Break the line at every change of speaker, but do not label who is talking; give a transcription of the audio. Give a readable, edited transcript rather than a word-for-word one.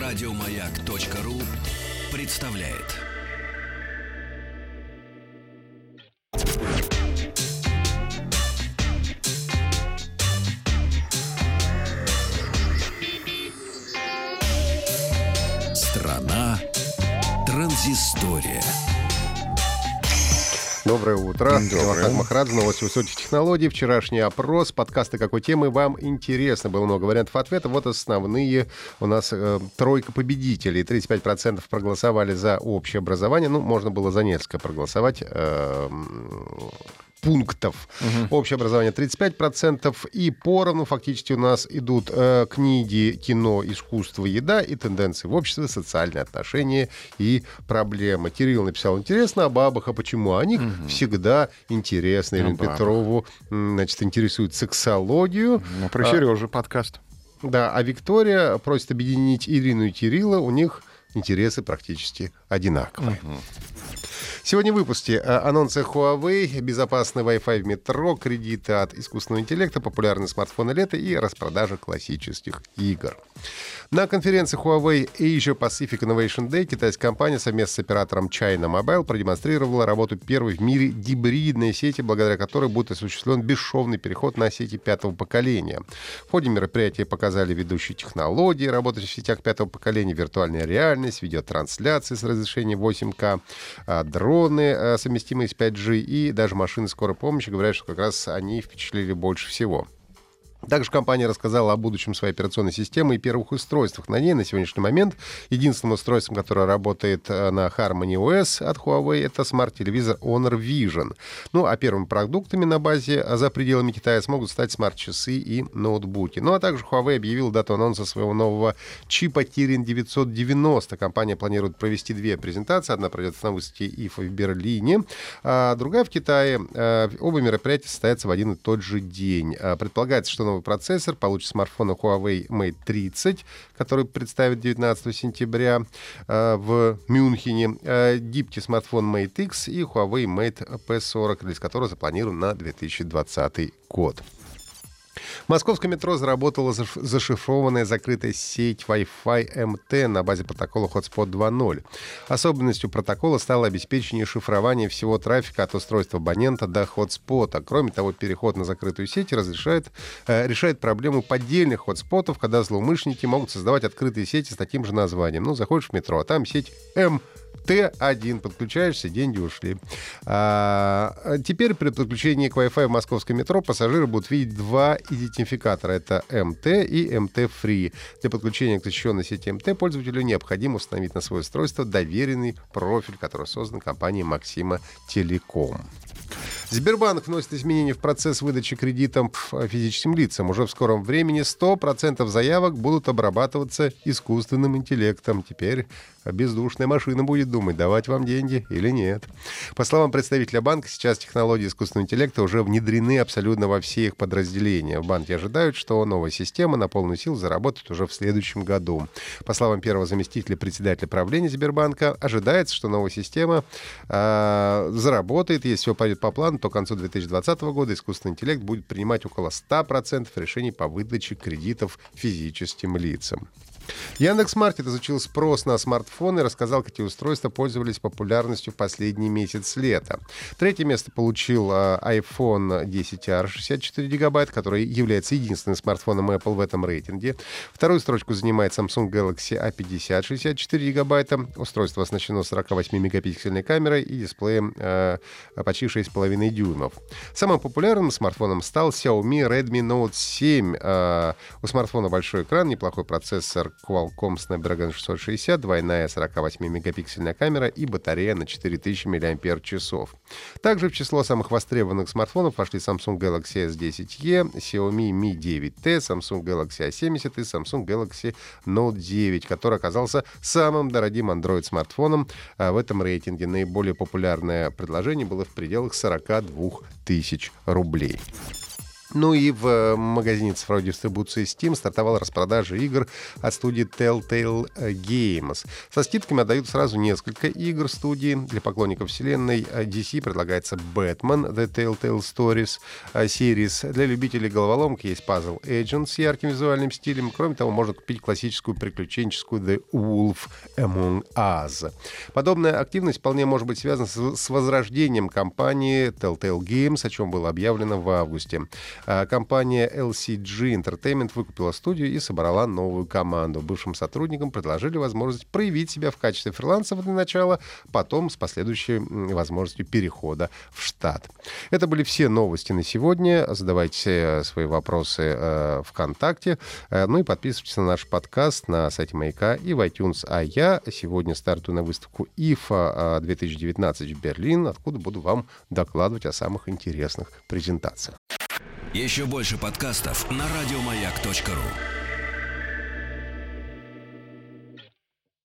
Радиомаяк.ру представляет. Страна транзистория.
Доброе утро. Джавахар Махарадзе, новости высоких технологий. Вчерашний опрос. Подкасты какой темы вам интересно. Было много вариантов ответа. Вот основные у нас тройка победителей. 35% проголосовали за общее образование. Ну, можно было за несколько проголосовать пунктов. Общее образование 35%. И поровну фактически у нас идут книги, кино, искусство, еда и тенденции в обществе, социальные отношения и проблемы. Кирилл написал: интересно о бабах, а почему? О них всегда интересно. Ирина Петрову, значит, интересует сексологию.
Ну, про Сережу подкаст.
Да, а Виктория просит объединить Ирину и Кирилла. У них интересы практически одинаковые. Сегодня в выпуске анонсы Huawei, безопасный Wi-Fi в метро, кредиты от искусственного интеллекта, популярные смартфоны лета и распродажа классических игр. На конференции Huawei Asia Pacific Innovation Day китайская компания совместно с оператором China Mobile продемонстрировала работу первой в мире гибридной сети, благодаря которой будет осуществлен бесшовный переход на сети пятого поколения. В ходе мероприятия показали ведущие технологии, работающие в сетях пятого поколения, виртуальная реальность, видеотрансляции с разрешением 8К, дроны, совместимые с 5G, и даже машины скорой помощи. Говорят, что как раз они впечатлили больше всего. Также компания рассказала о будущем своей операционной системы и первых устройствах на ней. На сегодняшний момент единственным устройством, которое работает на Harmony OS от Huawei, это смарт-телевизор Honor Vision. Ну, а первыми продуктами на базе за пределами Китая смогут стать смарт-часы и ноутбуки. Ну, а также Huawei объявил дату анонса своего нового чипа Kirin 990. Компания планирует провести две презентации. Одна пройдет на выставке IFA в Берлине, а другая в Китае. Оба мероприятия состоятся в один и тот же день. Предполагается, что новый процессор получит смартфоны Huawei Mate 30, который представит 19 сентября в Мюнхене, гибкий смартфон Mate X и Huawei Mate P40, релиз которого запланирован на 2020 год. В московском метро заработала зашифрованная закрытая сеть Wi-Fi МТ на базе протокола Hotspot 2.0. Особенностью протокола стало обеспечение шифрования всего трафика от устройства абонента до хотспота. Кроме того, переход на закрытую сеть решает проблему поддельных хотспотов, когда злоумышленники могут создавать открытые сети с таким же названием. Ну, заходишь в метро, а там сеть МТ1, подключаешься, деньги ушли. Теперь при подключении к Wi-Fi в московском метро пассажиры будут видеть два идентификатора. Это МТ и МТ-Free. Для подключения к защищенной сети МТ пользователю необходимо установить на свое устройство доверенный профиль, который создан компанией Максима Телеком. Сбербанк вносит изменения в процесс выдачи кредитов физическим лицам. Уже в скором времени 100% заявок будут обрабатываться искусственным интеллектом. Теперь бездушная машина будет думать, давать вам деньги или нет. По словам представителя банка, сейчас технологии искусственного интеллекта уже внедрены абсолютно во все их подразделения. В банке ожидают, что новая система на полную силу заработает уже в следующем году. По словам первого заместителя председателя правления Сбербанка, ожидается, что новая система заработает. Если все пойдет по плану, то к концу 2020 года искусственный интеллект будет принимать около 100% решений по выдаче кредитов физическим лицам. Яндекс.Маркет изучил спрос на смартфоны и рассказал, какие устройства пользовались популярностью в последний месяц лета. Третье место получил iPhone 10R 64 гигабайта, который является единственным смартфоном Apple в этом рейтинге. Вторую строчку занимает Samsung Galaxy A50 64 гигабайта. Устройство оснащено 48-мегапиксельной камерой и дисплеем почти 6,5 дюймов. Самым популярным смартфоном стал Xiaomi Redmi Note 7. У смартфона большой экран, неплохой процессор Qualcomm Snapdragon 660, двойная 48-мегапиксельная камера и батарея на 4000 мАч. Также в число самых востребованных смартфонов вошли Samsung Galaxy S10e, Xiaomi Mi 9T, Samsung Galaxy A70 и Samsung Galaxy Note 9, который оказался самым дорогим Android-смартфоном в этом рейтинге. Наиболее популярное предложение было в пределах 42 тысяч рублей. Ну и в магазине цифровой дистрибуции Steam стартовала распродажа игр от студии Telltale Games. Со скидками отдают сразу несколько игр студии. Для поклонников вселенной DC предлагается Batman The Telltale Stories Series. Для любителей головоломок есть Puzzle Agent с ярким визуальным стилем. Кроме того, можно купить классическую приключенческую The Wolf Among Us. Подобная активность вполне может быть связана с возрождением компании Telltale Games, о чем было объявлено в августе. Компания LCG Entertainment выкупила студию и собрала новую команду. Бывшим сотрудникам предложили возможность проявить себя в качестве фрилансеров для начала, потом с последующей возможностью перехода в штат. Это были все новости на сегодня. Задавайте свои вопросы ВКонтакте. Ну и подписывайтесь на наш подкаст на сайте Маяка и в iTunes. А я сегодня стартую на выставку IFA 2019 в Берлин, откуда буду вам докладывать о самых интересных презентациях.
Еще больше подкастов на радиомаяк.ру.